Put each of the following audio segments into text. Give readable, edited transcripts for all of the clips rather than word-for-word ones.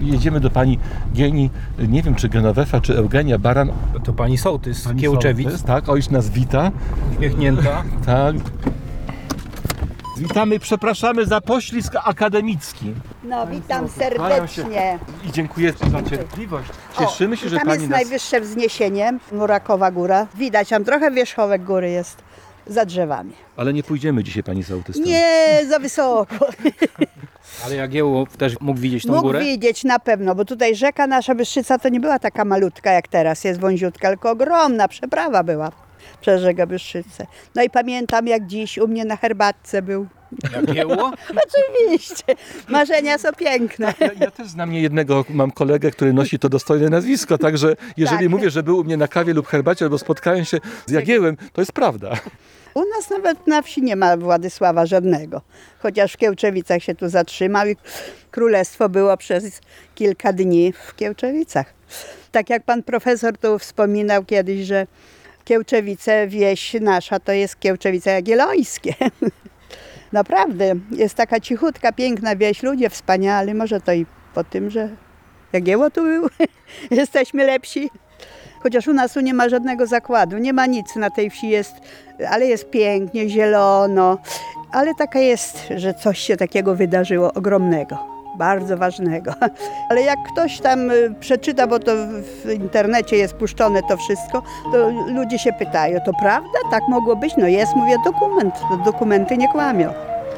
jedziemy do pani Gieni, nie wiem czy Genovefa, czy Eugenia Baran. To pani sołtys z Kiełczewic. Sołtys, tak, ojciec nas wita. Uśmiechnięta. Tak. Witamy, przepraszamy za poślizg akademicki. No, witam serdecznie. I dziękuję za cierpliwość. Cieszymy się, że tam pani jest nas... najwyższe wzniesienie, Murakowa Góra. Widać, tam trochę wierzchołek góry jest za drzewami. Ale nie pójdziemy dzisiaj pani sołtys. Nie, za wysoko. Ale Jagiełło też mógł widzieć tą Mógł górę? widzieć na pewno, bo tutaj rzeka nasza Bystrzyca to nie była taka malutka jak teraz, jest wąziutka, tylko ogromna przeprawa była przez rzekę Bystrzycę. No i pamiętam jak dziś u mnie na herbatce był. Jagiełło? Oczywiście, marzenia są piękne. Ja też znam niejednego, mam kolegę, który nosi to dostojne nazwisko, także jeżeli Tak. mówię, że był u mnie na kawie lub herbacie, albo spotkałem się z Jagiełem, to jest prawda. U nas nawet na wsi nie ma Władysława żadnego, chociaż w Kiełczewicach się tu zatrzymał i królestwo było przez kilka dni w Kiełczewicach. Tak jak pan profesor tu wspominał kiedyś, że Kiełczewice, wieś nasza, to jest Kiełczewice Jagiellońskie. Naprawdę, jest taka cichutka, piękna wieś, ludzie wspaniali, może to i po tym, że Jagiełło tu był, jesteśmy lepsi. Chociaż u nas tu nie ma żadnego zakładu, nie ma nic na tej wsi, jest, ale jest pięknie, zielono. Ale taka jest, że coś się takiego wydarzyło ogromnego, bardzo ważnego. Ale jak ktoś tam przeczyta, bo to w internecie jest puszczone to wszystko, to ludzie się pytają, to prawda? Tak mogło być? No jest, mówię, dokument, dokumenty nie kłamią.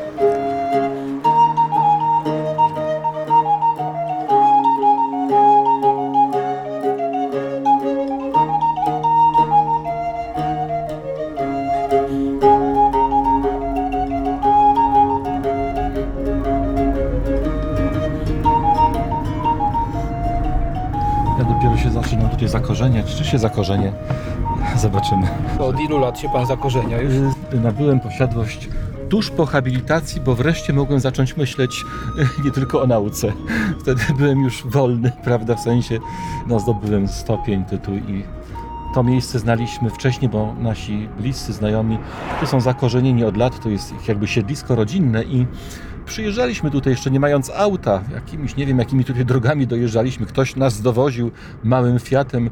Ja dopiero się zaczynam tutaj zakorzeniać. Czy się zakorzenię? Zobaczymy. Od ilu lat się pan zakorzenia już? Nabyłem posiadłość tuż po habilitacji, bo wreszcie mogłem zacząć myśleć nie tylko o nauce. Wtedy byłem już wolny, prawda, w sensie zdobyłem stopień, tytuł i to miejsce znaliśmy wcześniej, bo nasi bliscy znajomi tu są zakorzenieni od lat, to jest ich jakby siedlisko rodzinne i przyjeżdżaliśmy tutaj jeszcze nie mając auta, jakimiś, nie wiem jakimi tutaj drogami dojeżdżaliśmy, ktoś nas dowoził małym Fiatem.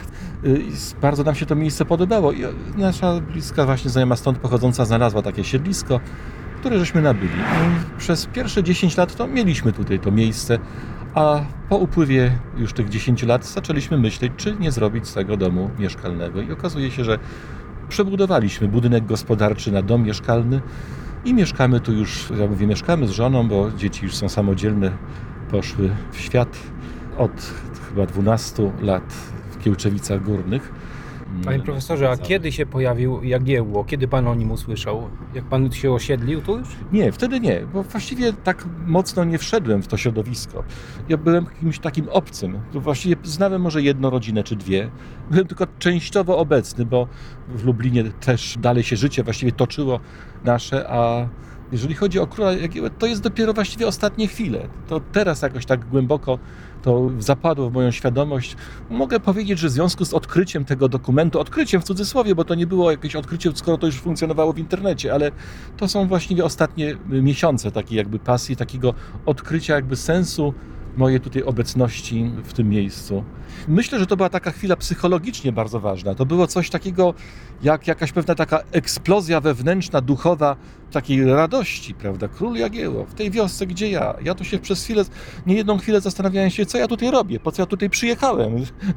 Bardzo nam się to miejsce podobało i nasza bliska właśnie znajoma stąd pochodząca znalazła takie siedlisko, które żeśmy nabyli. I przez pierwsze 10 lat to mieliśmy tutaj to miejsce, a po upływie już tych 10 lat zaczęliśmy myśleć, czy nie zrobić z tego domu mieszkalnego. I okazuje się, że przebudowaliśmy budynek gospodarczy na dom mieszkalny i mieszkamy tu już, ja mówię, mieszkamy z żoną, bo dzieci już są samodzielne, poszły w świat od chyba 12 lat w Kiełczewicach Górnych. Panie profesorze, a kiedy się pojawił Jagiełło? Kiedy pan o nim usłyszał? Jak pan się osiedlił tu już? Nie, wtedy nie, bo właściwie tak mocno nie wszedłem w to środowisko. Ja byłem kimś takim obcym. Właściwie znałem może jedną rodzinę czy dwie. Byłem tylko częściowo obecny, bo w Lublinie też dalej się życie właściwie toczyło nasze, a jeżeli chodzi o króla Jagiełłę, to jest dopiero właściwie ostatnie chwile. To teraz jakoś tak głęboko to zapadło w moją świadomość. Mogę powiedzieć, że w związku z odkryciem tego dokumentu, odkryciem w cudzysłowie, bo to nie było jakieś odkrycie, skoro to już funkcjonowało w internecie, ale to są właściwie ostatnie miesiące takiej jakby pasji, takiego odkrycia jakby sensu mojej tutaj obecności w tym miejscu. Myślę, że to była taka chwila psychologicznie bardzo ważna. To było coś takiego jak jakaś pewna taka eksplozja wewnętrzna, duchowa, takiej radości, prawda? Król Jagiełło, w tej wiosce, gdzie ja. Ja tu się przez chwilę, niejedną chwilę zastanawiałem się, co ja tutaj robię, po co ja tutaj przyjechałem.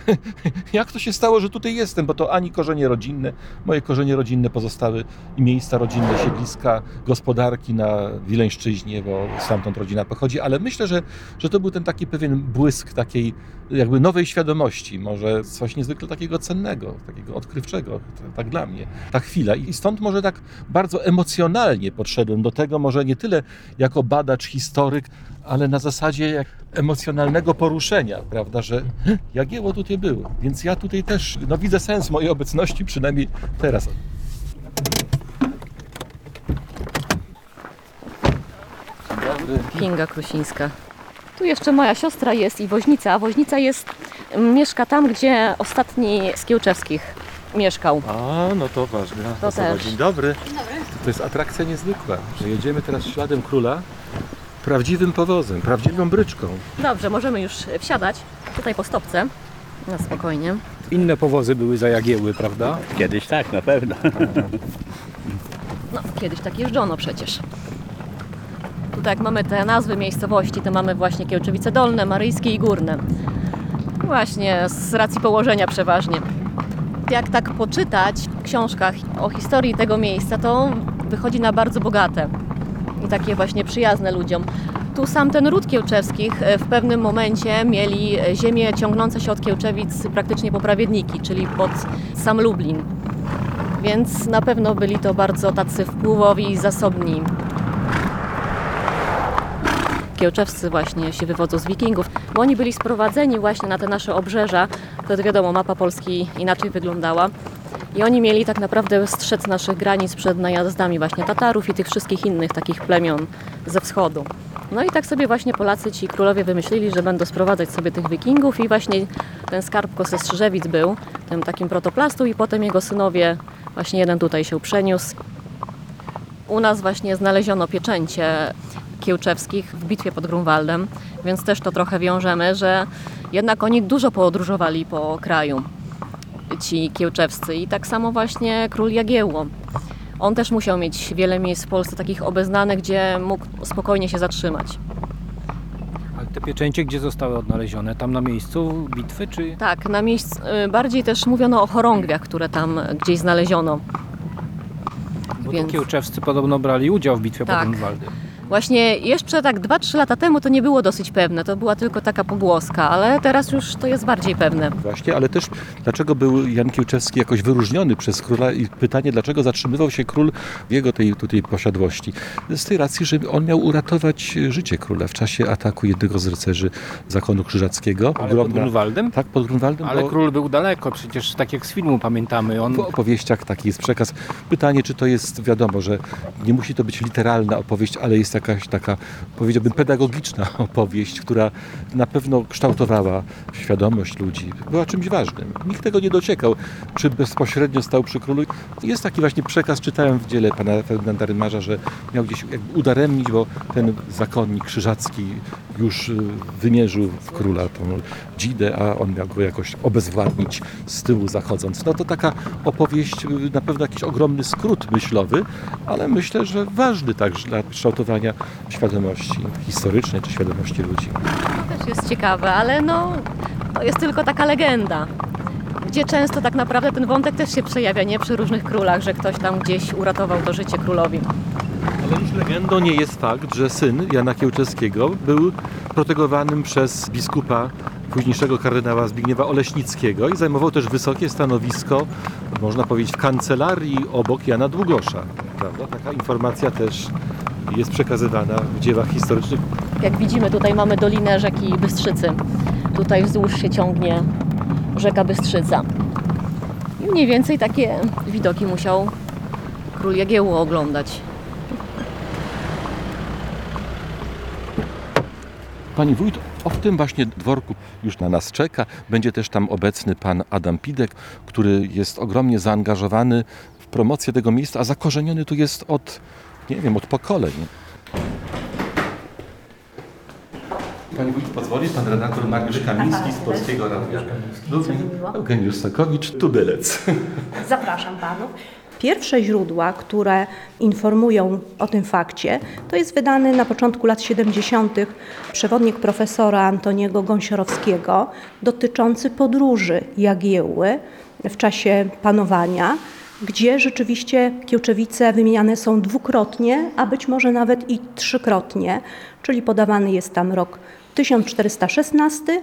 Jak to się stało, że tutaj jestem, bo to ani korzenie rodzinne, moje korzenie rodzinne pozostały i miejsca rodzinne, siedliska, gospodarki na Wileńszczyźnie, bo stamtąd rodzina pochodzi, ale myślę, że to był ten taki pewien błysk takiej jakby nowej świadomości, może coś niezwykle takiego cennego, takiego odkrywczego, tak dla mnie, ta chwila. I stąd może tak bardzo emocjonalnie podszedłem do tego, może nie tyle jako badacz, historyk, ale na zasadzie jak emocjonalnego poruszenia, prawda, że Jagiełło tutaj było, więc ja tutaj też widzę sens mojej obecności, przynajmniej teraz. Kinga Krusińska. Tu jeszcze moja siostra jest i woźnica, a woźnica mieszka tam, gdzie ostatni z Kiełczewskich mieszkał. A, no to ważne. To też. Dzień dobry. To jest atrakcja niezwykła, że jedziemy teraz śladem króla. Prawdziwym powozem, prawdziwą bryczką. Dobrze, możemy już wsiadać. Tutaj po stopce. Na spokojnie. Inne powozy były za Jagiełły, prawda? Kiedyś tak, na pewno. No, kiedyś tak jeżdżono przecież. Tutaj jak mamy te nazwy miejscowości, to mamy właśnie Kiełczewice Dolne, Maryjskie i Górne. Właśnie z racji położenia przeważnie. Jak tak poczytać w książkach o historii tego miejsca, to wychodzi na bardzo bogate i takie właśnie przyjazne ludziom. Tu sam ten ród Kiełczewskich w pewnym momencie mieli ziemię ciągnące się od Kiełczewic praktycznie po Prawiedniki, czyli pod sam Lublin. Więc na pewno byli to bardzo tacy wpływowi i zasobni. Kiełczewscy właśnie się wywodzą z Wikingów, bo oni byli sprowadzeni właśnie na te nasze obrzeża. Wtedy wiadomo, mapa Polski inaczej wyglądała. I oni mieli tak naprawdę strzec naszych granic przed najazdami właśnie Tatarów i tych wszystkich innych takich plemion ze wschodu. No i tak sobie właśnie Polacy, ci królowie wymyślili, że będą sprowadzać sobie tych Wikingów i właśnie ten skarbko ze Strzyżewic był tym takim protoplastu i potem jego synowie, właśnie jeden tutaj się przeniósł. U nas właśnie znaleziono pieczęcie Kiełczewskich w bitwie pod Grunwaldem, więc też to trochę wiążemy, że jednak oni dużo podróżowali po kraju, ci Kiełczewscy i tak samo właśnie król Jagiełło. On też musiał mieć wiele miejsc w Polsce takich obeznanych, gdzie mógł spokojnie się zatrzymać. Ale te pieczęcie gdzie zostały odnalezione? Tam na miejscu bitwy, czy? Tak, na miejscu, bardziej też mówiono o chorągwiach, które tam gdzieś znaleziono. Bo Więc- Kiełczewscy podobno brali udział w bitwie pod Tak. Grunwaldem. Właśnie jeszcze tak 2-3 lata temu to nie było dosyć pewne, to była tylko taka pogłoska, ale teraz już to jest bardziej pewne. Właśnie, ale też dlaczego był Jan Kiełczewski jakoś wyróżniony przez króla i pytanie, dlaczego zatrzymywał się król w jego tej tutaj posiadłości. Z tej racji, że on miał uratować życie króla w czasie ataku jednego z rycerzy zakonu krzyżackiego. Ale pod Grunwaldem? Tak, pod Grunwaldem. Ale bo król był daleko, przecież tak jak z filmu pamiętamy. On w opowieściach taki jest przekaz. Pytanie, czy to jest, wiadomo, że nie musi to być literalna opowieść, ale jest jakaś taka, powiedziałbym, pedagogiczna opowieść, która na pewno kształtowała świadomość ludzi. Była czymś ważnym. Nikt tego nie dociekał, czy bezpośrednio stał przy królu. Jest taki właśnie przekaz, czytałem w dziele pana Ferdynanda Rymarza, że miał gdzieś jakby udaremnić, bo ten zakonnik krzyżacki już wymierzył w króla tą dzidę, a on miał go jakoś obezwładnić z tyłu zachodząc. No to taka opowieść, na pewno jakiś ogromny skrót myślowy, ale myślę, że ważny także dla kształtowania świadomości historycznej czy świadomości ludzi. To też jest ciekawe, ale no to jest tylko taka legenda, gdzie często tak naprawdę ten wątek też się przejawia, nie przy różnych królach, że ktoś tam gdzieś uratował to życie królowi. Ale już legendą nie jest fakt, że syn Jana Kiełczewskiego był protegowanym przez biskupa, późniejszego kardynała Zbigniewa Oleśnickiego i zajmował też wysokie stanowisko, można powiedzieć, w kancelarii obok Jana Długosza. Prawda? Taka informacja też jest przekazywana w dziełach historycznych. Jak widzimy, tutaj mamy dolinę rzeki Bystrzycy. Tutaj wzdłuż się ciągnie rzeka Bystrzyca. I mniej więcej takie widoki musiał król Jagiełło oglądać. Pani wójt, o tym właśnie dworku już na nas czeka. Będzie też tam obecny pan Adam Pidek, który jest ogromnie zaangażowany w promocję tego miejsca, a zakorzeniony tu jest od, nie wiem, od pokoleń. Pani wójt, pozwoli pan redaktor Mariusz Kamiński z Polskiego Radia Lublin, Eugeniusz Sokowicz, Tubylec. Zapraszam panów. Pierwsze źródła, które informują o tym fakcie, to jest wydany na początku lat 70. przewodnik profesora Antoniego Gąsiorowskiego dotyczący podróży Jagiełły w czasie panowania, gdzie rzeczywiście Kiełczewice wymieniane są dwukrotnie, a być może nawet i trzykrotnie, czyli podawany jest tam rok 1416,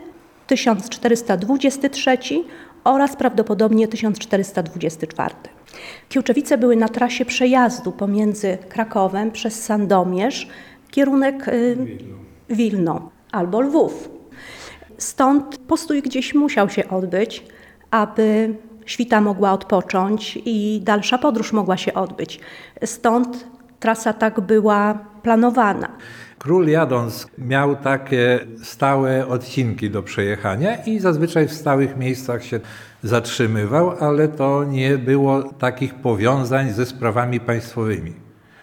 1423 oraz prawdopodobnie 1424. Kiełczewice były na trasie przejazdu pomiędzy Krakowem przez Sandomierz, kierunek Wilno albo Lwów. Stąd postój gdzieś musiał się odbyć, aby świta mogła odpocząć i dalsza podróż mogła się odbyć. Stąd trasa tak była planowana. Król jadąc miał takie stałe odcinki do przejechania i zazwyczaj w stałych miejscach się zatrzymywał, ale to nie było takich powiązań ze sprawami państwowymi.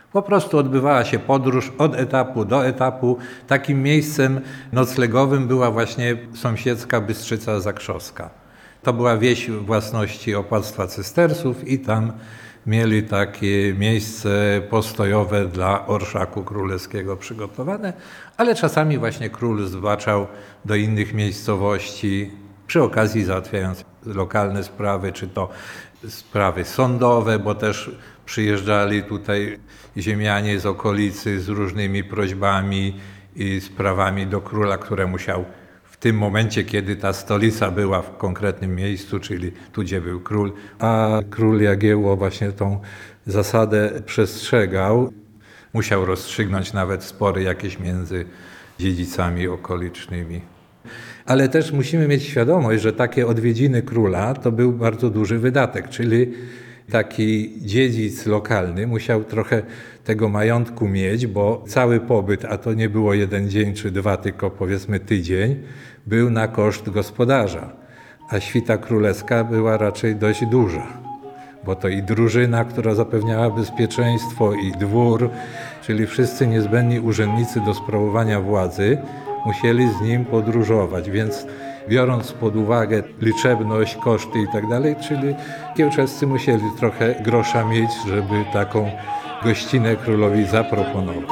Po prostu odbywała się podróż od etapu do etapu. Takim miejscem noclegowym była właśnie sąsiedzka Bystrzyca Zakrzowska. To była wieś własności opłactwa cystersów i tam mieli takie miejsce postojowe dla orszaku królewskiego przygotowane, ale czasami właśnie król zbaczał do innych miejscowości, przy okazji załatwiając lokalne sprawy, czy to sprawy sądowe, bo też przyjeżdżali tutaj ziemianie z okolicy z różnymi prośbami i sprawami do króla, które musiał w tym momencie, kiedy ta stolica była w konkretnym miejscu, czyli tu, gdzie był król, a król Jagiełło właśnie tą zasadę przestrzegał, musiał rozstrzygnąć nawet spory jakieś między dziedzicami okolicznymi. Ale też musimy mieć świadomość, że takie odwiedziny króla to był bardzo duży wydatek, czyli taki dziedzic lokalny musiał trochę tego majątku mieć, bo cały pobyt, a to nie było 1 dzień czy 2, tylko powiedzmy tydzień, był na koszt gospodarza, a świta królewska była raczej dość duża, bo to i drużyna, która zapewniała bezpieczeństwo, i dwór, czyli wszyscy niezbędni urzędnicy do sprawowania władzy musieli z nim podróżować, więc biorąc pod uwagę liczebność, koszty i tak dalej, czyli kiełczewscy musieli trochę grosza mieć, żeby taką gościnę królowi zaproponować.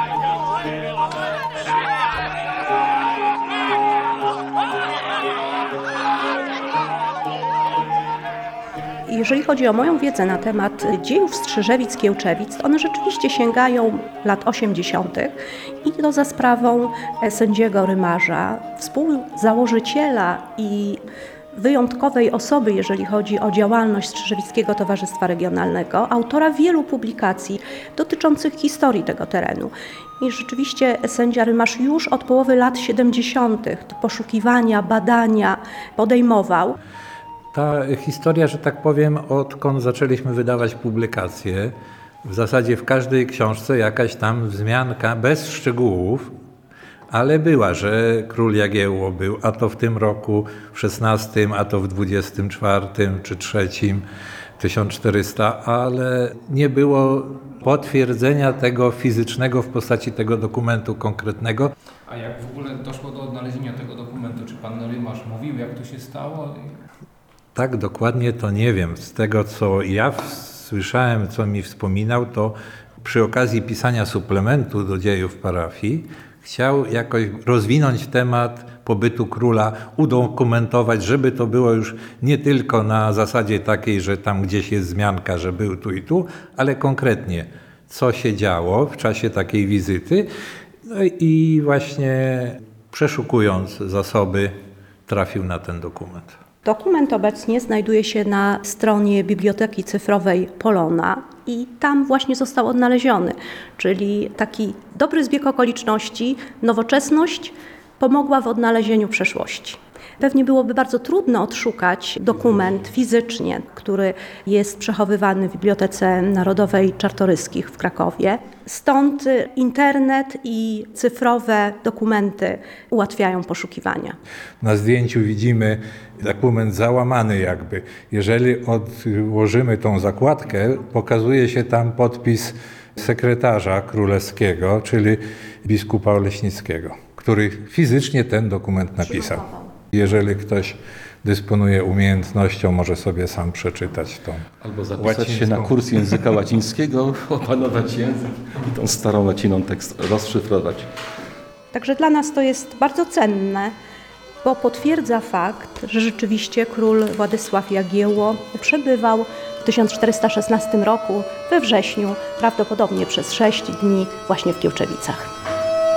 Jeżeli chodzi o moją wiedzę na temat dziejów Strzyżewic-Kiełczewic, to one rzeczywiście sięgają lat 80. i to za sprawą sędziego Rymarza, współzałożyciela i wyjątkowej osoby, jeżeli chodzi o działalność Strzyżewickiego Towarzystwa Regionalnego, autora wielu publikacji dotyczących historii tego terenu. I rzeczywiście sędzia Rymarz już od połowy lat 70. poszukiwania, badania podejmował. Ta historia, że tak powiem, odkąd zaczęliśmy wydawać publikacje, w zasadzie w każdej książce jakaś tam wzmianka, bez szczegółów, ale była, że król Jagiełło był, a to w tym roku w 16, a to w 24 czy 3, 1400, ale nie było potwierdzenia tego fizycznego w postaci tego dokumentu konkretnego. A jak w ogóle doszło do odnalezienia tego dokumentu? Czy pan Rymarz mówił, jak to się stało? Tak dokładnie to nie wiem. Z tego, co ja słyszałem, co mi wspominał, to przy okazji pisania suplementu do dziejów parafii chciał jakoś rozwinąć temat pobytu króla, udokumentować, żeby to było już nie tylko na zasadzie takiej, że tam gdzieś jest wzmianka, że był tu i tu, ale konkretnie, co się działo w czasie takiej wizyty. No i właśnie przeszukując zasoby trafił na ten dokument. Dokument obecnie znajduje się na stronie Biblioteki Cyfrowej Polona i tam właśnie został odnaleziony, czyli taki dobry zbieg okoliczności, nowoczesność pomogła w odnalezieniu przeszłości. Pewnie byłoby bardzo trudno odszukać dokument fizycznie, który jest przechowywany w Bibliotece Narodowej Czartoryskich w Krakowie. Stąd internet i cyfrowe dokumenty ułatwiają poszukiwania. Na zdjęciu widzimy dokument załamany jakby. Jeżeli odłożymy tą zakładkę, pokazuje się tam podpis sekretarza królewskiego, czyli biskupa Oleśnickiego, który fizycznie ten dokument napisał. Jeżeli ktoś dysponuje umiejętnością, może sobie sam przeczytać tą Albo zapisać się na kurs języka łacińskiego, opanować język i tą starą łaciną tekst rozszyfrować. Także dla nas to jest bardzo cenne, bo potwierdza fakt, że rzeczywiście król Władysław Jagiełło przebywał w 1416 roku we wrześniu, prawdopodobnie przez 6 dni właśnie w Kiełczewicach.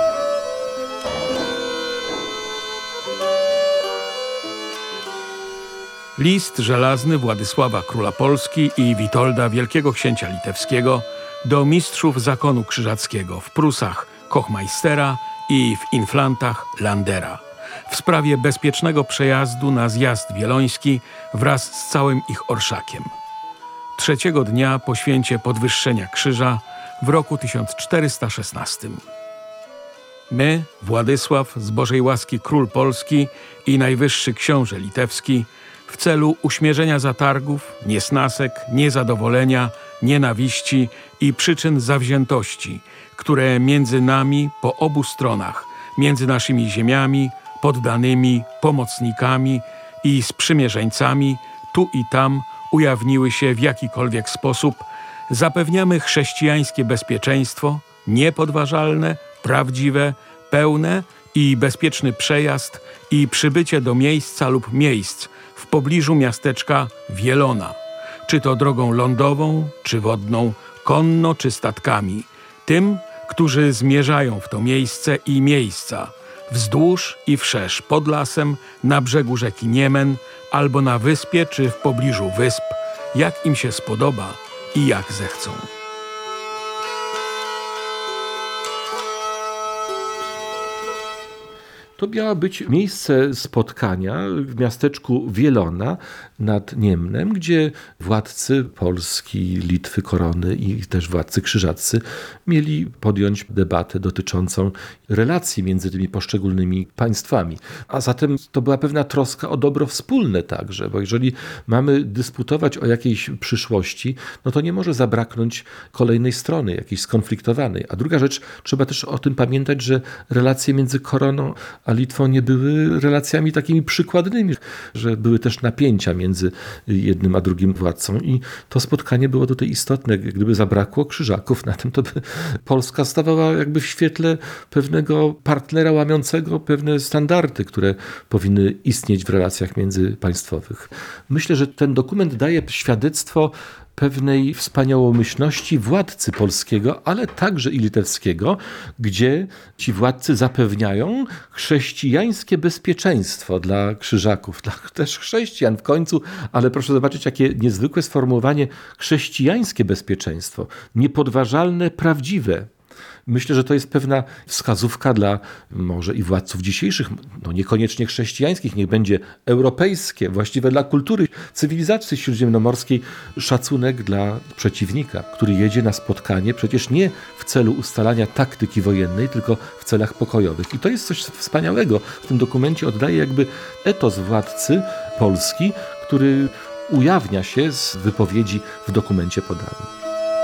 List żelazny Władysława Króla Polski i Witolda Wielkiego Księcia Litewskiego do mistrzów zakonu krzyżackiego w Prusach Kochmeistera i w Inflantach Landera w sprawie bezpiecznego przejazdu na zjazd wieloński wraz z całym ich orszakiem. 3 dnia po święcie podwyższenia krzyża w roku 1416. My, Władysław, z Bożej łaski Król Polski i Najwyższy Książę Litewski, w celu uśmierzenia zatargów, niesnasek, niezadowolenia nienawiści i przyczyn zawziętości, które między nami po obu stronach, między naszymi ziemiami, poddanymi, pomocnikami i sprzymierzeńcami, tu i tam ujawniły się w jakikolwiek sposób, zapewniamy chrześcijańskie bezpieczeństwo, niepodważalne, prawdziwe, pełne i bezpieczny przejazd i przybycie do miejsca lub miejsc w pobliżu miasteczka Wielona, czy to drogą lądową, czy wodną, konno czy statkami, tym, którzy zmierzają w to miejsce i miejsca, wzdłuż i wszerz, pod lasem, na brzegu rzeki Niemen, albo na wyspie, czy w pobliżu wysp, jak im się spodoba i jak zechcą. To miało być miejsce spotkania w miasteczku Wielona nad Niemnem, gdzie władcy Polski, Litwy, Korony i też władcy krzyżaccy mieli podjąć debatę dotyczącą relacji między tymi poszczególnymi państwami. A zatem to była pewna troska o dobro wspólne także, bo jeżeli mamy dyskutować o jakiejś przyszłości, no to nie może zabraknąć kolejnej strony, jakiejś skonfliktowanej. A druga rzecz, trzeba też o tym pamiętać, że relacje między Koroną a Litwą nie były relacjami takimi przykładnymi, że były też napięcia między jednym a drugim władcą i to spotkanie było tutaj istotne. Gdyby zabrakło Krzyżaków na tym, to by Polska stawała jakby w świetle pewnego partnera łamiącego pewne standardy, które powinny istnieć w relacjach międzypaństwowych. Myślę, że ten dokument daje świadectwo pewnej wspaniałomyślności władcy polskiego, ale także i litewskiego, gdzie ci władcy zapewniają chrześcijańskie bezpieczeństwo dla Krzyżaków, dla też chrześcijan w końcu, ale proszę zobaczyć, jakie niezwykłe sformułowanie chrześcijańskie bezpieczeństwo, niepodważalne, prawdziwe. Myślę, że to jest pewna wskazówka dla może i władców dzisiejszych, no niekoniecznie chrześcijańskich, niech będzie europejskie, właściwe dla kultury, cywilizacji śródziemnomorskiej, szacunek dla przeciwnika, który jedzie na spotkanie przecież nie w celu ustalania taktyki wojennej, tylko w celach pokojowych. I to jest coś wspaniałego. W tym dokumencie oddaje jakby etos władcy Polski, który ujawnia się z wypowiedzi w dokumencie podanym.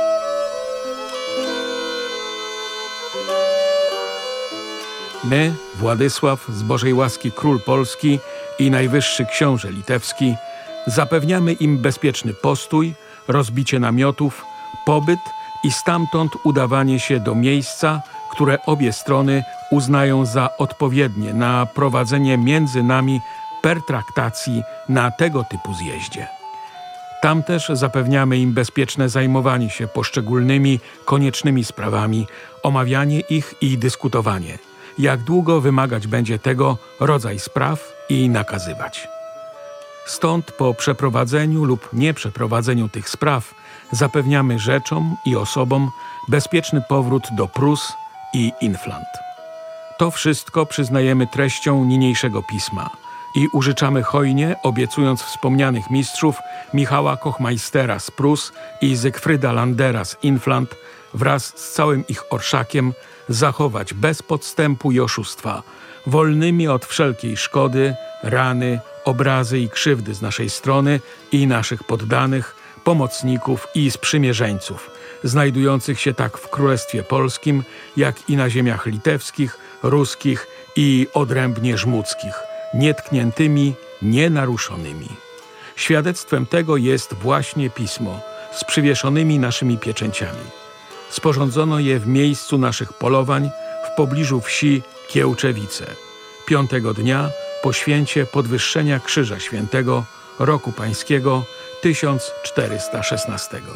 My, Władysław, z Bożej łaski król Polski i najwyższy książę litewski, zapewniamy im bezpieczny postój, rozbicie namiotów, pobyt i stamtąd udawanie się do miejsca, które obie strony uznają za odpowiednie na prowadzenie między nami pertraktacji na tego typu zjeździe. Tam też zapewniamy im bezpieczne zajmowanie się poszczególnymi, koniecznymi sprawami, omawianie ich i dyskutowanie. Jak długo wymagać będzie tego rodzaj spraw i nakazywać. Stąd po przeprowadzeniu lub nieprzeprowadzeniu tych spraw zapewniamy rzeczom i osobom bezpieczny powrót do Prus i Inflant. To wszystko przyznajemy treścią niniejszego pisma i użyczamy hojnie, obiecując wspomnianych mistrzów Michała Kochmeistera z Prus i Zygfryda Landera z Inflant wraz z całym ich orszakiem zachować bez podstępu i oszustwa, wolnymi od wszelkiej szkody, rany, obrazy i krzywdy z naszej strony i naszych poddanych, pomocników i sprzymierzeńców, znajdujących się tak w Królestwie Polskim, jak i na ziemiach litewskich, ruskich i odrębnie żmudzkich, nietkniętymi, nienaruszonymi. Świadectwem tego jest właśnie pismo z przywieszonymi naszymi pieczęciami. Sporządzono je w miejscu naszych polowań w pobliżu wsi Kiełczewice, 5. dnia po święcie podwyższenia Krzyża Świętego roku pańskiego 1416.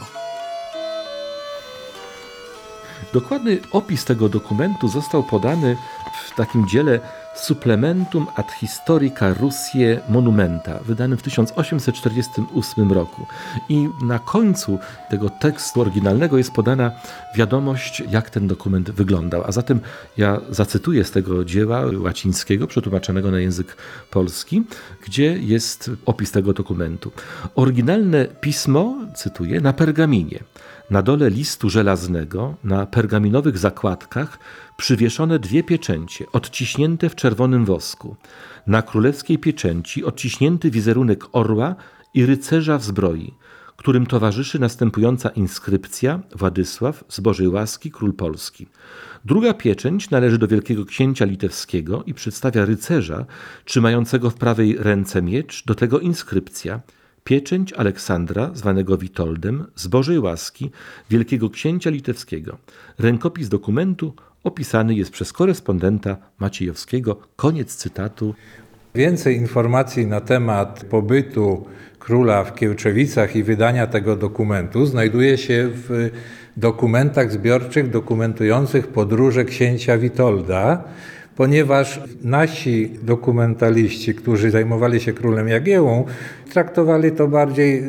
Dokładny opis tego dokumentu został podany w takim dziele Supplementum ad Historica Russiae Monumenta, wydanym w 1848 roku. I na końcu tego tekstu oryginalnego jest podana wiadomość, jak ten dokument wyglądał. A zatem ja zacytuję z tego dzieła łacińskiego, przetłumaczonego na język polski, gdzie jest opis tego dokumentu. Oryginalne pismo, cytuję, na pergaminie. Na dole listu żelaznego, na pergaminowych zakładkach przywieszone 2 pieczęcie, odciśnięte w czerwonym wosku. Na królewskiej pieczęci odciśnięty wizerunek orła i rycerza w zbroi. którym towarzyszy następująca inskrypcja: Władysław z Bożej łaski, król Polski. Druga pieczęć należy do wielkiego księcia litewskiego i przedstawia rycerza trzymającego w prawej ręce miecz, do tego inskrypcja: Pieczęć Aleksandra, zwanego Witoldem, z Bożej łaski, wielkiego księcia litewskiego. Rękopis dokumentu opisany jest przez korespondenta Maciejowskiego. Koniec cytatu. Więcej informacji na temat pobytu króla w Kiełczewicach i wydania tego dokumentu znajduje się w dokumentach zbiorczych dokumentujących podróże księcia Witolda, ponieważ nasi dokumentaliści, którzy zajmowali się królem Jagiełłą, traktowali to bardziej,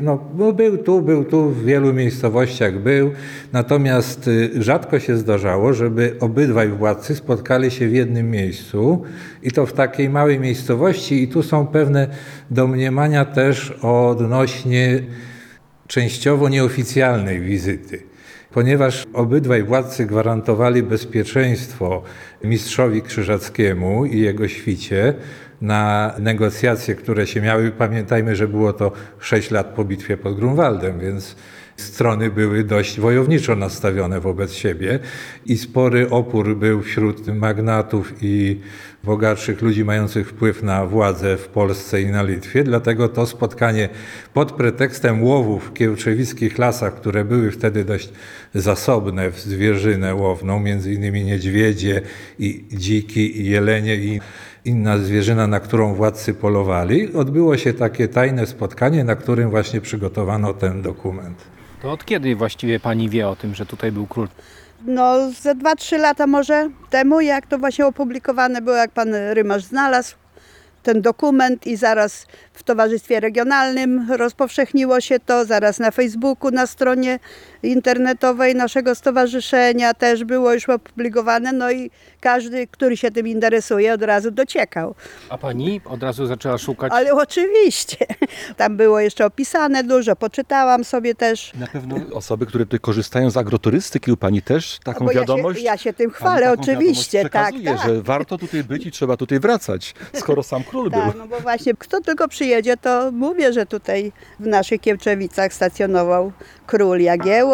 był tu, w wielu miejscowościach był, natomiast rzadko się zdarzało, żeby obydwaj władcy spotkali się w jednym miejscu i to w takiej małej miejscowości i tu są pewne domniemania też odnośnie częściowo nieoficjalnej wizyty. Ponieważ obydwaj władcy gwarantowali bezpieczeństwo mistrzowi Krzyżackiemu i jego świcie na negocjacje, które się miały. Pamiętajmy, że było to 6 lat po bitwie pod Grunwaldem, więc strony były dość wojowniczo nastawione wobec siebie i spory opór był wśród magnatów i bogatszych ludzi mających wpływ na władzę w Polsce i na Litwie. Dlatego to spotkanie pod pretekstem łowów w kiełczewickich lasach, które były wtedy dość zasobne w zwierzynę łowną, między innymi niedźwiedzie i dziki i jelenie i inna zwierzyna, na którą władcy polowali, odbyło się takie tajne spotkanie, na którym właśnie przygotowano ten dokument. To od kiedy właściwie pani wie o tym, że tutaj był król? No ze 2-3 lata może temu, jak to właśnie opublikowane było, jak pan Rymarz znalazł ten dokument i zaraz w Towarzystwie Regionalnym rozpowszechniło się to, zaraz na Facebooku, na stronie internetowej naszego stowarzyszenia też było już opublikowane, no i każdy, który się tym interesuje, od razu dociekał. A pani od razu zaczęła szukać? Ale oczywiście, tam było jeszcze opisane dużo, poczytałam sobie też. Na pewno osoby, które tutaj korzystają z agroturystyki, u pani też taką Bo wiadomość? Ja się tym Pani chwalę, taką oczywiście, wiadomość tak, przekazuje, że warto tutaj być i trzeba tutaj wracać, skoro sam król był. Tak, no bo właśnie kto tylko przyjedzie, to mówię, że tutaj w naszych Kiełczewicach stacjonował król Jagiełło.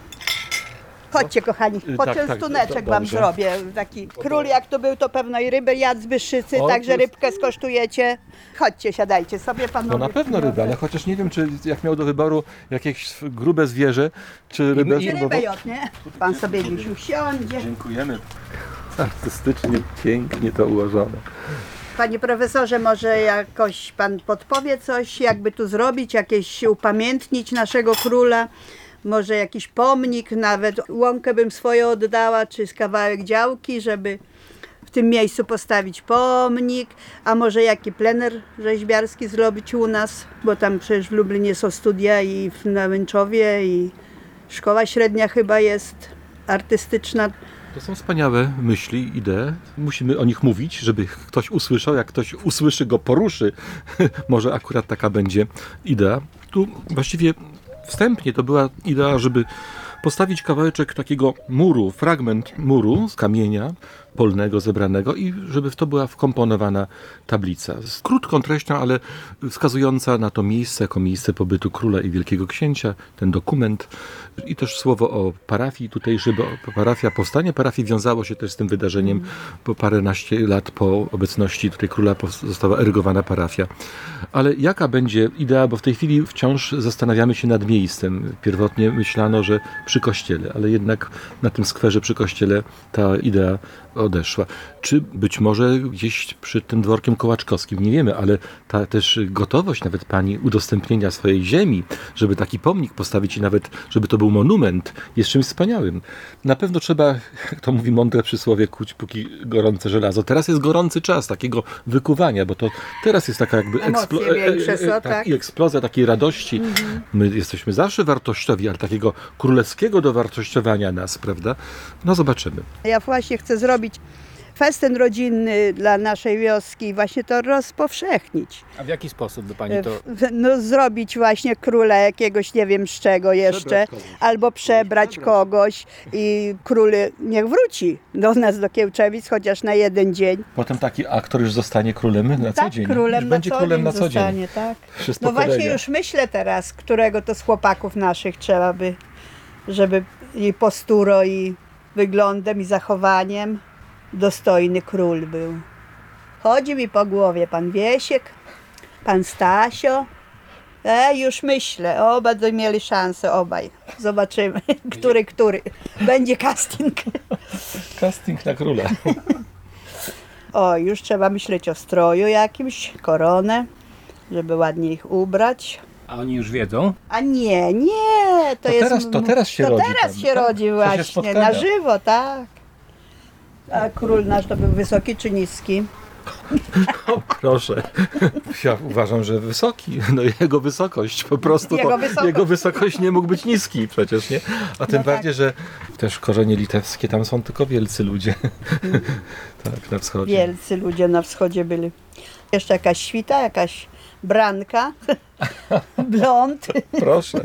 Chodźcie kochani, poczęstuneczek tak, wam dobrze. zrobię. Taki król jak to był, to pewno i rybę jadł z Bystrzycy, O, także to jest- rybkę skosztujecie. Chodźcie, siadajcie sobie panowie. No na pewno rybę, ale chociaż nie wiem, czy jak miał do wyboru jakieś grube zwierzę, czy rybę. I rybę jod, nie? Pan sobie gdzieś usiądzie. Dziękujemy. Artystycznie, pięknie to ułożone. Panie profesorze, może jakoś pan podpowie coś, jakby tu zrobić, jakieś upamiętnić naszego króla? Może jakiś pomnik, nawet łąkę bym swoją oddała, czy z kawałek działki, żeby w tym miejscu postawić pomnik, a może jaki plener rzeźbiarski zrobić u nas, bo tam przecież w Lublinie są studia i w Nałęczowie i szkoła średnia chyba jest artystyczna. To są wspaniałe myśli, idee. Musimy o nich mówić, żeby ktoś usłyszał. Jak ktoś usłyszy, go poruszy. Może akurat taka będzie idea. Tu właściwie wstępnie to była idea, żeby postawić kawałeczek takiego muru, fragment muru z kamienia polnego zebranego i żeby w to była wkomponowana tablica. Z krótką treścią, ale wskazująca na to miejsce jako miejsce pobytu króla i wielkiego księcia, ten dokument i też słowo o parafii tutejszej, bo powstanie parafii wiązało się też z tym wydarzeniem, bo paręnaście lat po obecności tutaj króla została erygowana parafia. Ale jaka będzie idea, bo w tej chwili wciąż zastanawiamy się nad miejscem. Pierwotnie myślano, że przy kościele, ale jednak na tym skwerze przy kościele ta idea odeszła. Czy być może gdzieś przed tym dworkiem kołaczkowskim, nie wiemy, ale ta też gotowość nawet pani udostępnienia swojej ziemi, żeby taki pomnik postawić i nawet, żeby to był monument, jest czymś wspaniałym. Na pewno trzeba, jak to mówi mądre przysłowie, kuć póki gorące żelazo. Teraz jest gorący czas takiego wykuwania, bo to teraz jest taka jakby Emocje większe są, tak. i eksplozja takiej radości. My jesteśmy zawsze wartościowi, ale takiego królewskiego dowartościowania nas, prawda? No zobaczymy. Ja właśnie chcę zrobić festyn rodzinny dla naszej wioski i właśnie to rozpowszechnić. A w jaki sposób by pani to... No, zrobić właśnie króla jakiegoś, nie wiem z czego jeszcze, albo przebrać kogoś i król niech wróci do nas, do Kiełczewic, chociaż na jeden dzień. Potem taki aktor już zostanie królem na co Tak, dzień. królem Już na będzie co królem dzień na co dzień. zostanie, tak. Przez No właśnie pokolenia. już myślę teraz, którego to z chłopaków naszych trzeba by, żeby i posturą, i wyglądem, i zachowaniem dostojny król był. Chodzi mi po głowie pan Wiesiek, pan Stasio. Już myślę, obaj by mieli szansę, obaj. Zobaczymy, który. Będzie casting. Casting na króla. O, już trzeba myśleć o stroju jakimś, koronę, żeby ładnie ich ubrać. A oni już wiedzą? A nie, to teraz się rodzi teraz tam, się tak? rodzi W czasie właśnie, spotkania. na żywo, tak. A król nasz to był wysoki czy niski? Proszę. Ja uważam, że wysoki. No jego wysokość po prostu. Jego wysokość nie mógł być niski przecież, nie? A tym tak. bardziej, że też korzenie litewskie, tam są tylko wielcy ludzie. Tak, na wschodzie. Wielcy ludzie na wschodzie byli. Jeszcze jakaś świta, jakaś branka, blond. Proszę.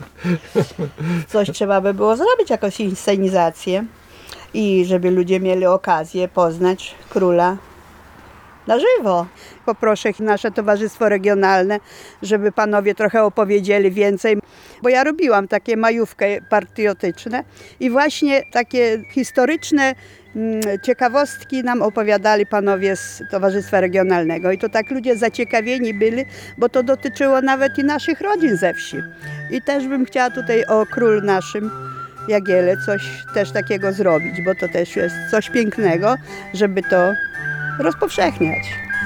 Coś trzeba by było zrobić, jakąś inscenizację. I żeby ludzie mieli okazję poznać króla na żywo. Poproszę nasze Towarzystwo Regionalne, żeby panowie trochę opowiedzieli więcej, bo ja robiłam takie majówki patriotyczne i właśnie takie historyczne ciekawostki nam opowiadali panowie z Towarzystwa Regionalnego i to tak ludzie zaciekawieni byli, bo to dotyczyło nawet i naszych rodzin ze wsi. I też bym chciała tutaj o król naszym Jagiele coś też takiego zrobić, bo to też jest coś pięknego, żeby to rozpowszechniać.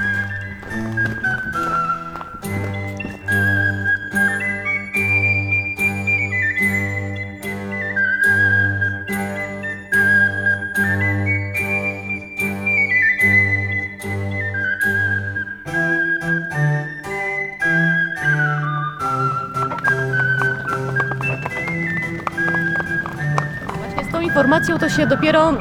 Właśnie z tą informacją to się dopiero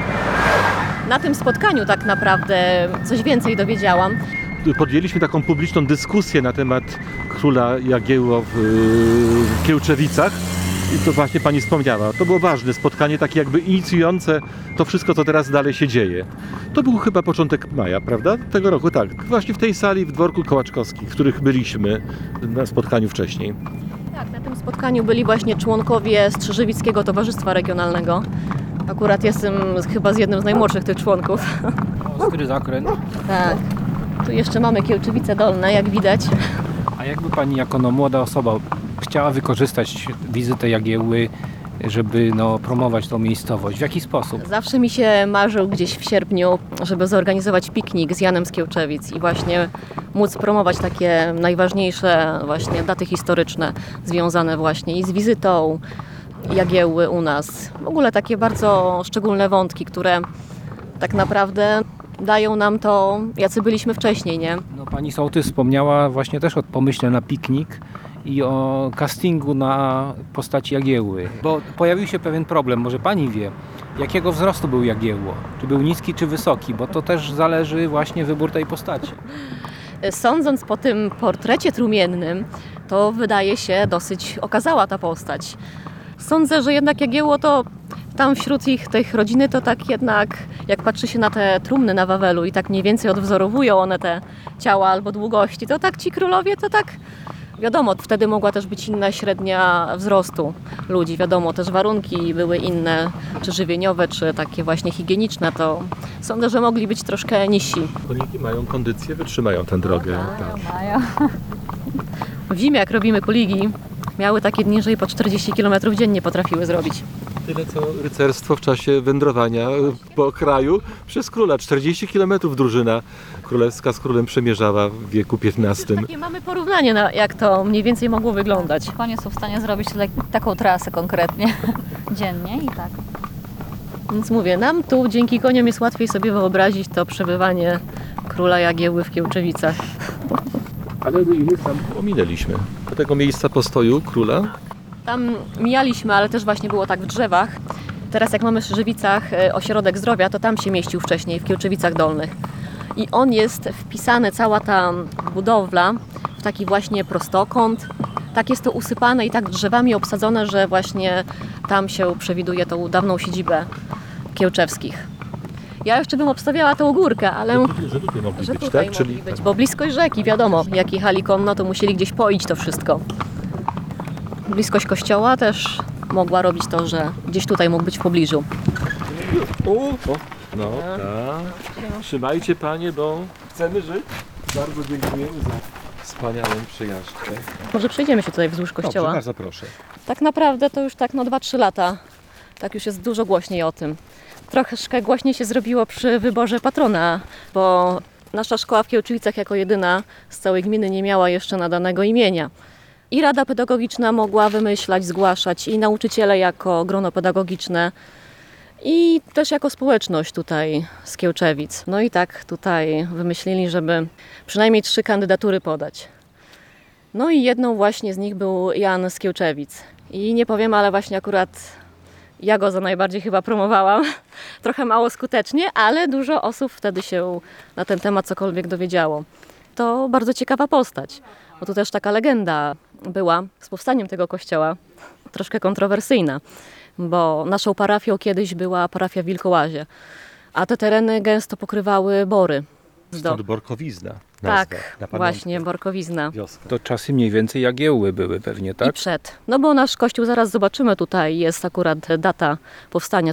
na tym spotkaniu tak naprawdę coś więcej dowiedziałam. Podjęliśmy taką publiczną dyskusję na temat króla Jagiełło w Kiełczewicach. I to właśnie pani wspomniała. To było ważne spotkanie, takie jakby inicjujące to wszystko, co teraz dalej się dzieje. To był chyba początek maja, prawda? Tego roku, tak. Właśnie w tej sali w dworku Kołaczkowskich, w których byliśmy na spotkaniu wcześniej. Tak, na tym spotkaniu byli właśnie członkowie Strzyżewickiego Towarzystwa Regionalnego. Akurat jestem chyba z jednym z najmłodszych tych członków. Ostry zakręt. Tak. Tu jeszcze mamy Kiełczewice Dolne, jak widać. A jakby pani jako młoda osoba chciała wykorzystać wizytę Jagiełły, żeby promować tą miejscowość? W jaki sposób? Zawsze mi się marzył gdzieś w sierpniu, żeby zorganizować piknik z Janem z Kiełczewic i właśnie móc promować takie najważniejsze właśnie daty historyczne związane właśnie i z wizytą Jagiełły u nas. W ogóle takie bardzo szczególne wątki, które tak naprawdę dają nam to, jacy byliśmy wcześniej, nie? Pani sołtys wspomniała właśnie też o pomyśle na piknik i o castingu na postaci Jagiełły. Bo pojawił się pewien problem, może pani wie, jakiego wzrostu był Jagiełło? Czy był niski, czy wysoki? Bo to też zależy właśnie wybór tej postaci. Sądząc po tym portrecie trumiennym, to wydaje się dosyć okazała ta postać. Sądzę, że jednak Jagiełło to tam wśród tych rodziny to tak jednak, jak patrzy się na te trumny na Wawelu i tak mniej więcej odwzorowują one te ciała albo długości, to tak ci królowie to tak, wiadomo, wtedy mogła też być inna średnia wzrostu ludzi, wiadomo, też warunki były inne, czy żywieniowe, czy takie właśnie higieniczne, to sądzę, że mogli być troszkę niżsi. Koniki mają kondycję, wytrzymają tę drogę. Tak. W zimie, jak robimy kuligi, miały takie dni, że i po 40 km dziennie potrafiły zrobić. Tyle co rycerstwo w czasie wędrowania po kraju przez króla. 40 km drużyna królewska z królem przemierzała w wieku XV. Takie mamy porównanie, jak to mniej więcej mogło wyglądać. Konie są w stanie zrobić taką trasę konkretnie dziennie i tak. Więc mówię, nam tu dzięki koniom jest łatwiej sobie wyobrazić to przebywanie króla Jagiełły w Kiełczewicach. Ale ile tam ominęliśmy? Do tego miejsca postoju króla? Tam mijaliśmy, ale też właśnie było tak w drzewach Teraz jak mamy w Strzyżewicach ośrodek zdrowia, to tam się mieścił wcześniej, w Kiełczewicach Dolnych. I on jest wpisany, cała ta budowla, w taki właśnie prostokąt. Tak jest to usypane i tak drzewami obsadzone, że właśnie tam się przewiduje tą dawną siedzibę Kiełczewskich. Ja jeszcze bym obstawiała tą górkę, ale Że tutaj mogli że być, tutaj tak? mogli być, bo bliskość rzeki, wiadomo, jak jechali konno, to musieli gdzieś poić to wszystko. Bliskość kościoła też mogła robić to, że gdzieś tutaj mógł być w pobliżu. No tak. Trzymajcie panie, bo chcemy żyć. Bardzo dziękujemy za wspaniałą przyjażdżkę. Może przejdziemy się tutaj wzdłuż kościoła. Dobrze, bardzo proszę. Tak naprawdę to już tak 2-3 lata. Tak już jest dużo głośniej o tym. Troszkę głośniej się zrobiło przy wyborze patrona, bo nasza szkoła w Kiełczewicach jako jedyna z całej gminy nie miała jeszcze nadanego imienia. I Rada Pedagogiczna mogła wymyślać, zgłaszać, i nauczyciele jako grono pedagogiczne, i też jako społeczność tutaj z Kiełczewic. No i tak tutaj wymyślili, żeby przynajmniej 3 kandydatury podać. No i jedną właśnie z nich był Jan z Kiełczewic. I nie powiem, ale właśnie akurat ja go za najbardziej chyba promowałam. Trochę mało skutecznie, ale dużo osób wtedy się na ten temat cokolwiek dowiedziało. To bardzo ciekawa postać, bo tu też taka legenda była z powstaniem tego kościoła, troszkę kontrowersyjna, bo naszą parafią kiedyś była parafia w Wilkołazie, a te tereny gęsto pokrywały bory. Stąd Borkowizna. Nazwa, Tak, na pamiątkę. właśnie, Borkowizna. Wioska. To czasy mniej więcej Jagiełły były pewnie, I tak? przed. No bo nasz kościół, zaraz zobaczymy, tutaj jest akurat data powstania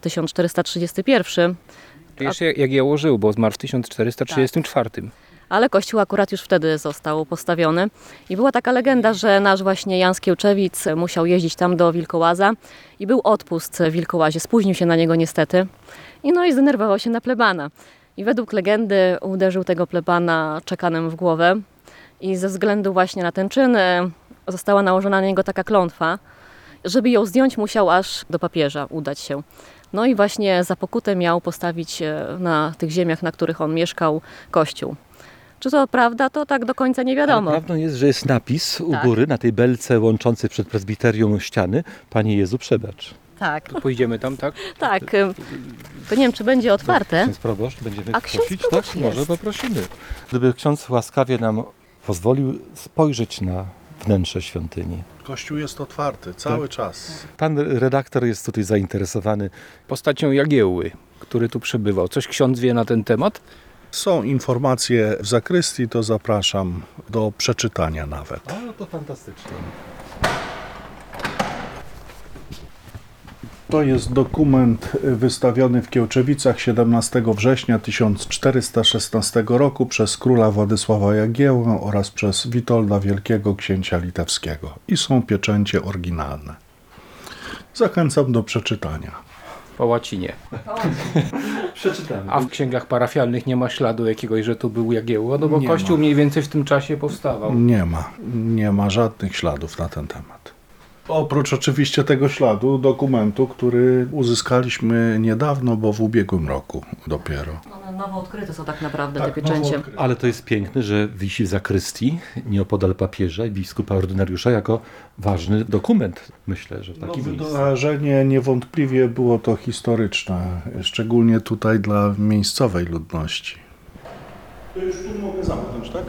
1431, Jeszcze Jagiełło żył, bo zmarł w 1434. ale kościół akurat już wtedy został postawiony. I była taka legenda, że nasz właśnie Jan z Kiełczewic musiał jeździć tam do Wilkołaza i był odpust w Wilkołazie. Spóźnił się na niego niestety i zdenerwował się na plebana. I według legendy uderzył tego plebana czekanem w głowę i ze względu właśnie na ten czyn została nałożona na niego taka klątwa. Żeby ją zdjąć, musiał aż do papieża udać się. No i właśnie za pokutę miał postawić na tych ziemiach, na których on mieszkał, kościół. Czy to prawda, to tak do końca nie wiadomo. Ale prawdą jest, że jest napis u Tak. góry, na tej belce łączącej przed prezbiterium ściany: Panie Jezu, przebacz. Tak, Pójdziemy tam, tak? tak. To nie wiem, czy będzie otwarte. Ksiądz proboszcz, będziemy A ksiądz prosić? proboszcz Tak, jest. może poprosimy. Gdyby ksiądz łaskawie nam pozwolił spojrzeć na wnętrze świątyni. Kościół jest otwarty cały czas. Pan redaktor jest tutaj zainteresowany. Postacią Jagiełły, który tu przebywał. Coś ksiądz wie na ten temat? Są informacje w zakrystii, to zapraszam do przeczytania nawet. No to fantastycznie. To jest dokument wystawiony w Kiełczewicach 17 września 1416 roku przez króla Władysława Jagiełłę oraz przez Witolda Wielkiego, księcia litewskiego. I są pieczęcie oryginalne. Zachęcam do przeczytania. Po łacinie. Przeczytamy. A w księgach parafialnych nie ma śladu jakiegoś, że tu był Jagiełło? No bo Nie kościół ma. mniej więcej w tym czasie powstawał. Nie ma żadnych śladów na ten temat. Oprócz oczywiście tego śladu, dokumentu, który uzyskaliśmy niedawno, bo w ubiegłym roku dopiero. One nowo odkryte są tak naprawdę Tak, te pieczęcie. nowo odkryte. Ale to jest piękne, że wisi w zakrystii, nieopodal papieża i biskupa ordynariusza, jako ważny dokument, myślę, że w takim miejscu. Wydarzenie niewątpliwie było to historyczne, szczególnie tutaj dla miejscowej ludności. To już tu mogę zamknąć, tak?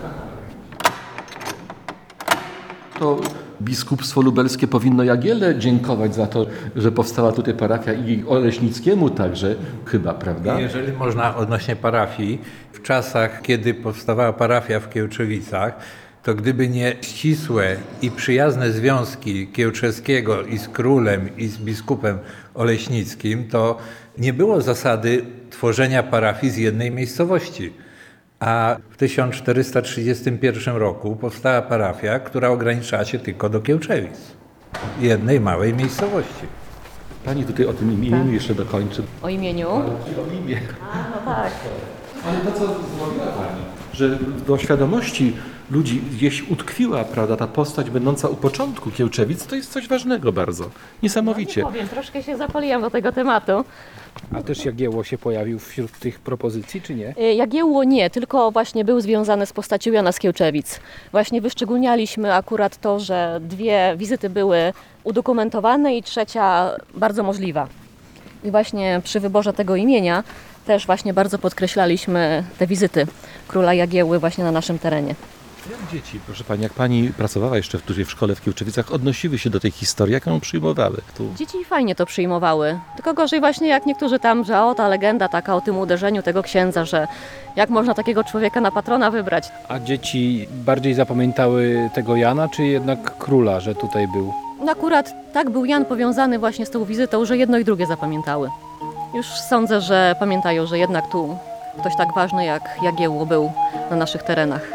To biskupstwo lubelskie powinno Jagielle dziękować za to, że powstała tutaj parafia, i Oleśnickiemu także chyba, prawda? Jeżeli można odnośnie parafii, w czasach, kiedy powstawała parafia w Kiełczewicach, to gdyby nie ścisłe i przyjazne związki Kiełczewskiego i z królem, i z biskupem Oleśnickim, to nie było zasady tworzenia parafii z jednej miejscowości. A w 1431 roku powstała parafia, która ograniczała się tylko do Kiełczewic, jednej małej miejscowości. Pani tutaj o tym imieniu jeszcze dokończy. O imieniu? O imię. No tak. Ale to, co zrobiła Pani, że do świadomości ludzi gdzieś utkwiła, prawda, ta postać będąca u początku Kiełczewic, to jest coś ważnego bardzo. Niesamowicie. Nie powiem, troszkę się zapaliłam do tego tematu. A też Jagiełło się pojawił wśród tych propozycji, czy nie? Jagiełło nie, tylko właśnie był związany z postacią Jana z Kiełczewic. Właśnie wyszczególnialiśmy akurat to, że 2 wizyty były udokumentowane i 3 bardzo możliwa. I właśnie przy wyborze tego imienia też właśnie bardzo podkreślaliśmy te wizyty króla Jagiełły właśnie na naszym terenie. Jak dzieci, proszę pani, jak pani pracowała jeszcze tutaj w szkole w Kiełczewicach, odnosiły się do tej historii, jak ją przyjmowały? Dzieci fajnie to przyjmowały, tylko gorzej właśnie jak niektórzy tam, że o ta legenda taka o tym uderzeniu tego księdza, że jak można takiego człowieka na patrona wybrać. A dzieci bardziej zapamiętały tego Jana, czy jednak króla, że tutaj był? No akurat tak był Jan powiązany właśnie z tą wizytą, że jedno i drugie zapamiętały. Już sądzę, że pamiętają, że jednak tu ktoś tak ważny jak Jagiełło był na naszych terenach.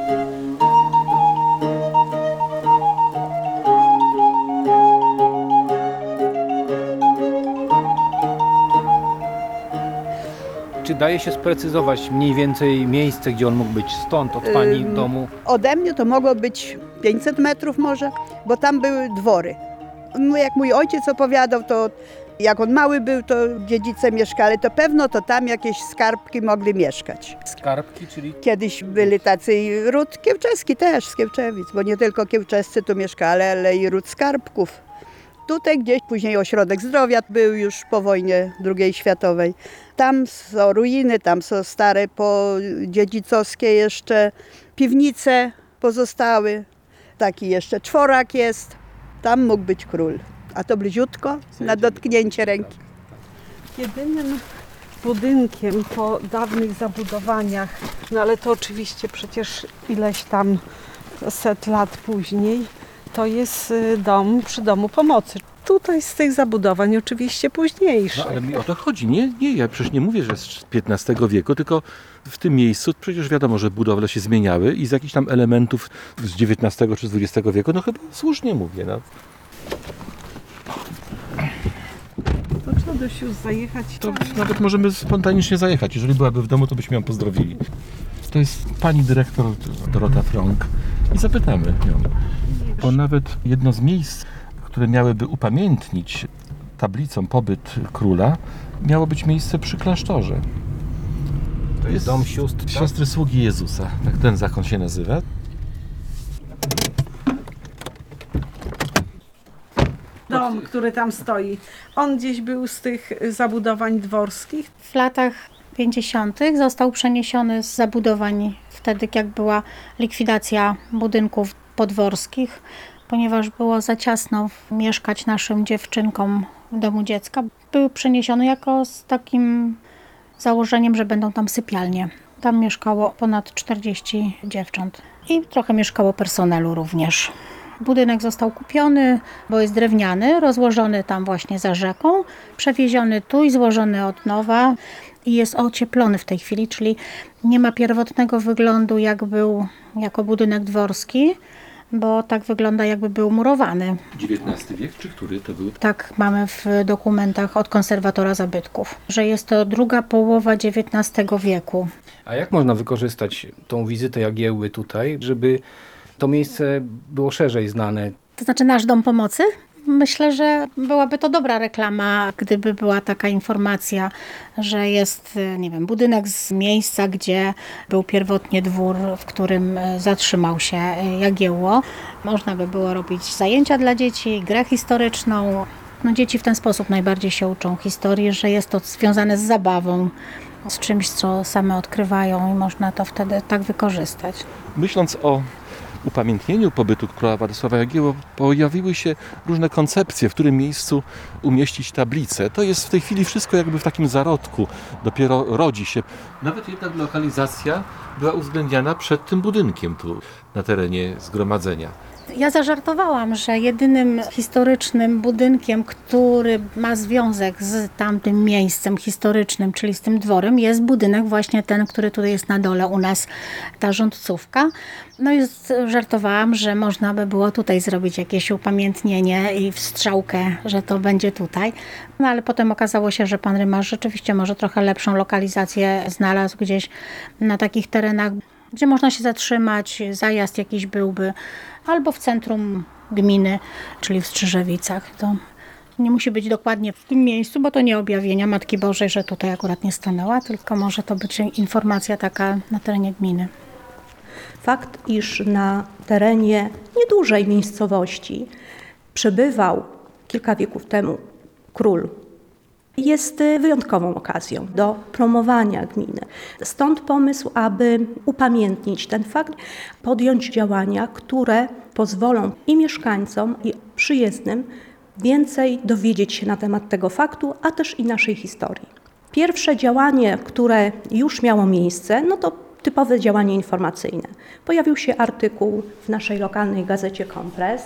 Czy daje się sprecyzować mniej więcej miejsce, gdzie on mógł być? Stąd, od pani domu? Ode mnie to mogło być 500 metrów może, bo tam były dwory. No, jak mój ojciec opowiadał, to jak on mały był, to dziedzice mieszkali, to pewno to tam jakieś skarbki mogli mieszkać. Skarbki, czyli... Kiedyś byli tacy ród kiełczeski też z Kiełczewic, bo nie tylko kiełczescy tu mieszkali, ale i ród skarbków. Tutaj gdzieś później ośrodek zdrowia był już po wojnie II światowej. Tam są ruiny, tam są stare podziedzicowskie jeszcze piwnice pozostały. Taki jeszcze czworak jest. Tam mógł być król. A to bliziutko, na dotknięcie ręki. Jedynym budynkiem po dawnych zabudowaniach, no ale to oczywiście przecież ileś tam set lat później, to jest dom przy Domu Pomocy. Tutaj z tych zabudowań oczywiście późniejszych. No ale mi o to chodzi. Nie, ja przecież nie mówię, że z XV wieku, tylko w tym miejscu przecież wiadomo, że budowle się zmieniały i z jakichś tam elementów z XIX czy z XX wieku, no chyba słusznie mówię. No. To trzeba dość już zajechać. To nawet możemy spontanicznie zajechać. Jeżeli byłaby w domu, to byśmy ją pozdrowili. To jest pani dyrektor Dorota Frąk i zapytamy ją. Bo nawet jedno z miejsc, które miałyby upamiętnić tablicą pobyt króla, miało być miejsce przy klasztorze. To jest dom sióstr, tak? Siostry Sługi Jezusa, tak ten zakon się nazywa. Dom, który tam stoi, on gdzieś był z tych zabudowań dworskich. W latach 50. został przeniesiony z zabudowań wtedy, jak była likwidacja budynków podworskich, ponieważ było za ciasno mieszkać naszym dziewczynkom w domu dziecka. Był przeniesiony jako z takim założeniem, że będą tam sypialnie. Tam mieszkało ponad 40 dziewcząt i trochę mieszkało personelu również. Budynek został kupiony, bo jest drewniany, rozłożony tam właśnie za rzeką, przewieziony tu i złożony od nowa i jest ocieplony w tej chwili, czyli nie ma pierwotnego wyglądu, jak był jako budynek dworski, bo tak wygląda, jakby był murowany. XIX wiek, czy który to był? Tak mamy w dokumentach od konserwatora zabytków, że jest to druga połowa XIX wieku. A jak można wykorzystać tą wizytę Jagiełły tutaj, żeby to miejsce było szerzej znane? To znaczy nasz Dom Pomocy? Myślę, że byłaby to dobra reklama, gdyby była taka informacja, że jest, nie wiem, budynek z miejsca, gdzie był pierwotnie dwór, w którym zatrzymał się Jagiełło. Można by było robić zajęcia dla dzieci, grę historyczną. No, dzieci w ten sposób najbardziej się uczą historii, że jest to związane z zabawą, z czymś, co same odkrywają i można to wtedy tak wykorzystać. Myśląc o upamiętnieniu pobytu króla Władysława Jagiełły pojawiły się różne koncepcje, w którym miejscu umieścić tablicę. To jest w tej chwili wszystko jakby w takim zarodku, dopiero rodzi się. Nawet jednak lokalizacja była uwzględniana przed tym budynkiem tu na terenie zgromadzenia. Ja zażartowałam, że jedynym historycznym budynkiem, który ma związek z tamtym miejscem historycznym, czyli z tym dworem, jest budynek właśnie ten, który tutaj jest na dole u nas, ta rządcówka. No i żartowałam, że można by było tutaj zrobić jakieś upamiętnienie i wstrzałkę, że to będzie tutaj. No ale potem okazało się, że pan rymarz rzeczywiście może trochę lepszą lokalizację znalazł gdzieś na takich terenach, gdzie można się zatrzymać, zajazd jakiś byłby, albo w centrum gminy, czyli w Strzyżewicach. To nie musi być dokładnie w tym miejscu, bo to nie objawienia Matki Bożej, że tutaj akurat nie stanęła, tylko może to być informacja taka na terenie gminy. Fakt, iż na terenie niedużej miejscowości przebywał kilka wieków temu król jest wyjątkową okazją do promowania gminy. Stąd pomysł, aby upamiętnić ten fakt, podjąć działania, które pozwolą i mieszkańcom, i przyjezdnym więcej dowiedzieć się na temat tego faktu, a też i naszej historii. Pierwsze działanie, które już miało miejsce, no to typowe działanie informacyjne. Pojawił się artykuł w naszej lokalnej gazecie Kompres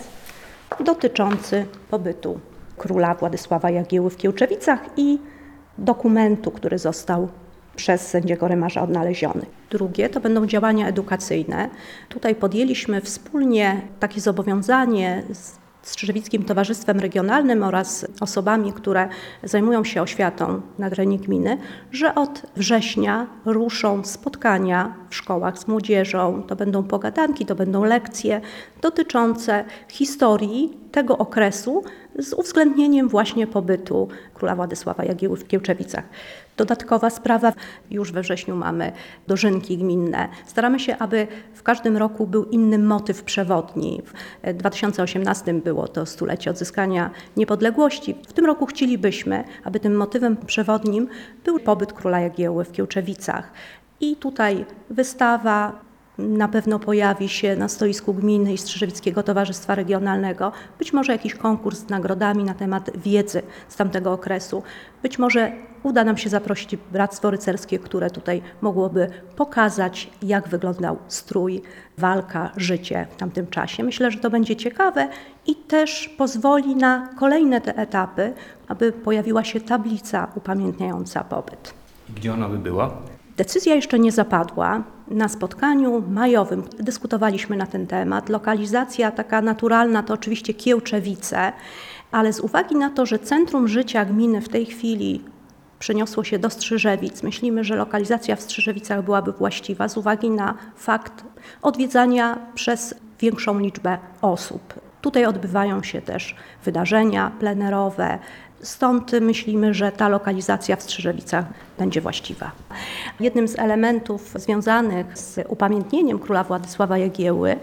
dotyczący pobytu króla Władysława Jagieły w Kiełczewicach i dokumentu, który został przez sędziego Rymarza odnaleziony. Drugie to będą działania edukacyjne. Tutaj podjęliśmy wspólnie takie zobowiązanie z Strzyżewickim Towarzystwem Regionalnym oraz osobami, które zajmują się oświatą na terenie gminy, że od września ruszą spotkania w szkołach z młodzieżą. To będą pogadanki, to będą lekcje dotyczące historii tego okresu z uwzględnieniem właśnie pobytu króla Władysława Jagieły w Kiełczewicach. Dodatkowa sprawa, już we wrześniu mamy dożynki gminne. Staramy się, aby w każdym roku był inny motyw przewodni. W 2018 było to stulecie odzyskania niepodległości. W tym roku chcielibyśmy, aby tym motywem przewodnim był pobyt króla Jagieły w Kiełczewicach. I tutaj wystawa na pewno pojawi się na stoisku gminy i Strzyżewickiego Towarzystwa Regionalnego. Być może jakiś konkurs z nagrodami na temat wiedzy z tamtego okresu. Być może uda nam się zaprosić Bractwo Rycerskie, które tutaj mogłoby pokazać, jak wyglądał strój, walka, życie w tamtym czasie. Myślę, że to będzie ciekawe i też pozwoli na kolejne te etapy, aby pojawiła się tablica upamiętniająca pobyt. Gdzie ona by była? Decyzja jeszcze nie zapadła. Na spotkaniu majowym dyskutowaliśmy na ten temat. Lokalizacja taka naturalna to oczywiście Kiełczewice, ale z uwagi na to, że centrum życia gminy w tej chwili przeniosło się do Strzyżewic, myślimy, że lokalizacja w Strzyżewicach byłaby właściwa z uwagi na fakt odwiedzania przez większą liczbę osób. Tutaj odbywają się też wydarzenia plenerowe, stąd myślimy, że ta lokalizacja w Strzyżewicach będzie właściwa. Jednym z elementów związanych z upamiętnieniem króla Władysława Jagieły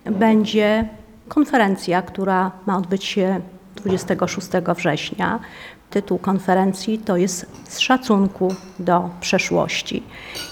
będzie konferencja, która ma odbyć się 26 września. Tytuł konferencji to jest Z szacunku do przeszłości.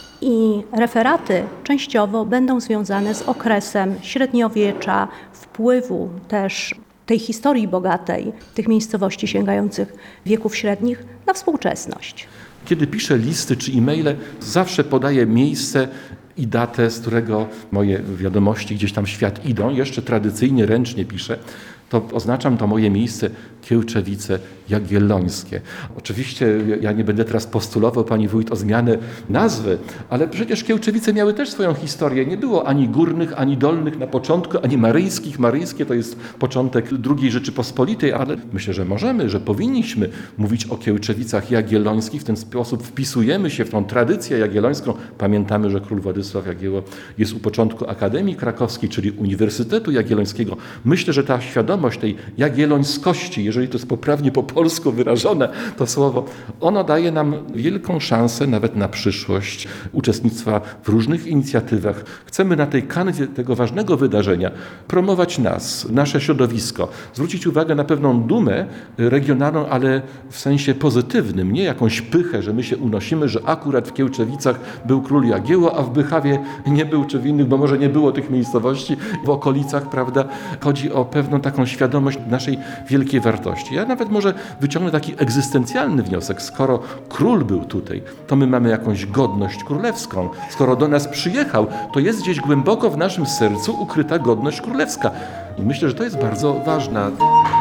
I referaty częściowo będą związane z okresem średniowiecza, wpływu też tej historii bogatej, tych miejscowości sięgających wieków średnich na współczesność. Kiedy piszę listy czy e-maile, zawsze podaję miejsce i datę, z którego moje wiadomości gdzieś tam w świat idą. Jeszcze tradycyjnie, ręcznie piszę. To oznaczam to moje miejsce Kiełczewice Jagiellońskie. Oczywiście ja nie będę teraz postulował, pani wójt, o zmianę nazwy, ale przecież Kiełczewice miały też swoją historię. Nie było ani górnych, ani dolnych na początku, ani maryjskich. Maryjskie to jest początek II Rzeczypospolitej, ale myślę, że możemy, że powinniśmy mówić o Kiełczewicach Jagiellońskich. W ten sposób wpisujemy się w tą tradycję jagiellońską. Pamiętamy, że król Władysław Jagiełło jest u początku Akademii Krakowskiej, czyli Uniwersytetu Jagiellońskiego. Myślę, że ta świadomość tej jagiellońskości, jeżeli to jest poprawnie po polsku wyrażone to słowo, ono daje nam wielką szansę nawet na przyszłość uczestnictwa w różnych inicjatywach. Chcemy na tej kanwie tego ważnego wydarzenia promować nas, nasze środowisko, zwrócić uwagę na pewną dumę regionalną, ale w sensie pozytywnym, nie jakąś pychę, że my się unosimy, że akurat w Kiełczewicach był król Jagiełło, a w Bychawie nie był, czy w innych, bo może nie było tych miejscowości w okolicach, prawda? Chodzi o pewną taką świadomość naszej wielkiej wartości. Ja nawet może wyciągnę taki egzystencjalny wniosek. Skoro król był tutaj, to my mamy jakąś godność królewską. Skoro do nas przyjechał, to jest gdzieś głęboko w naszym sercu ukryta godność królewska. I myślę, że to jest bardzo ważne.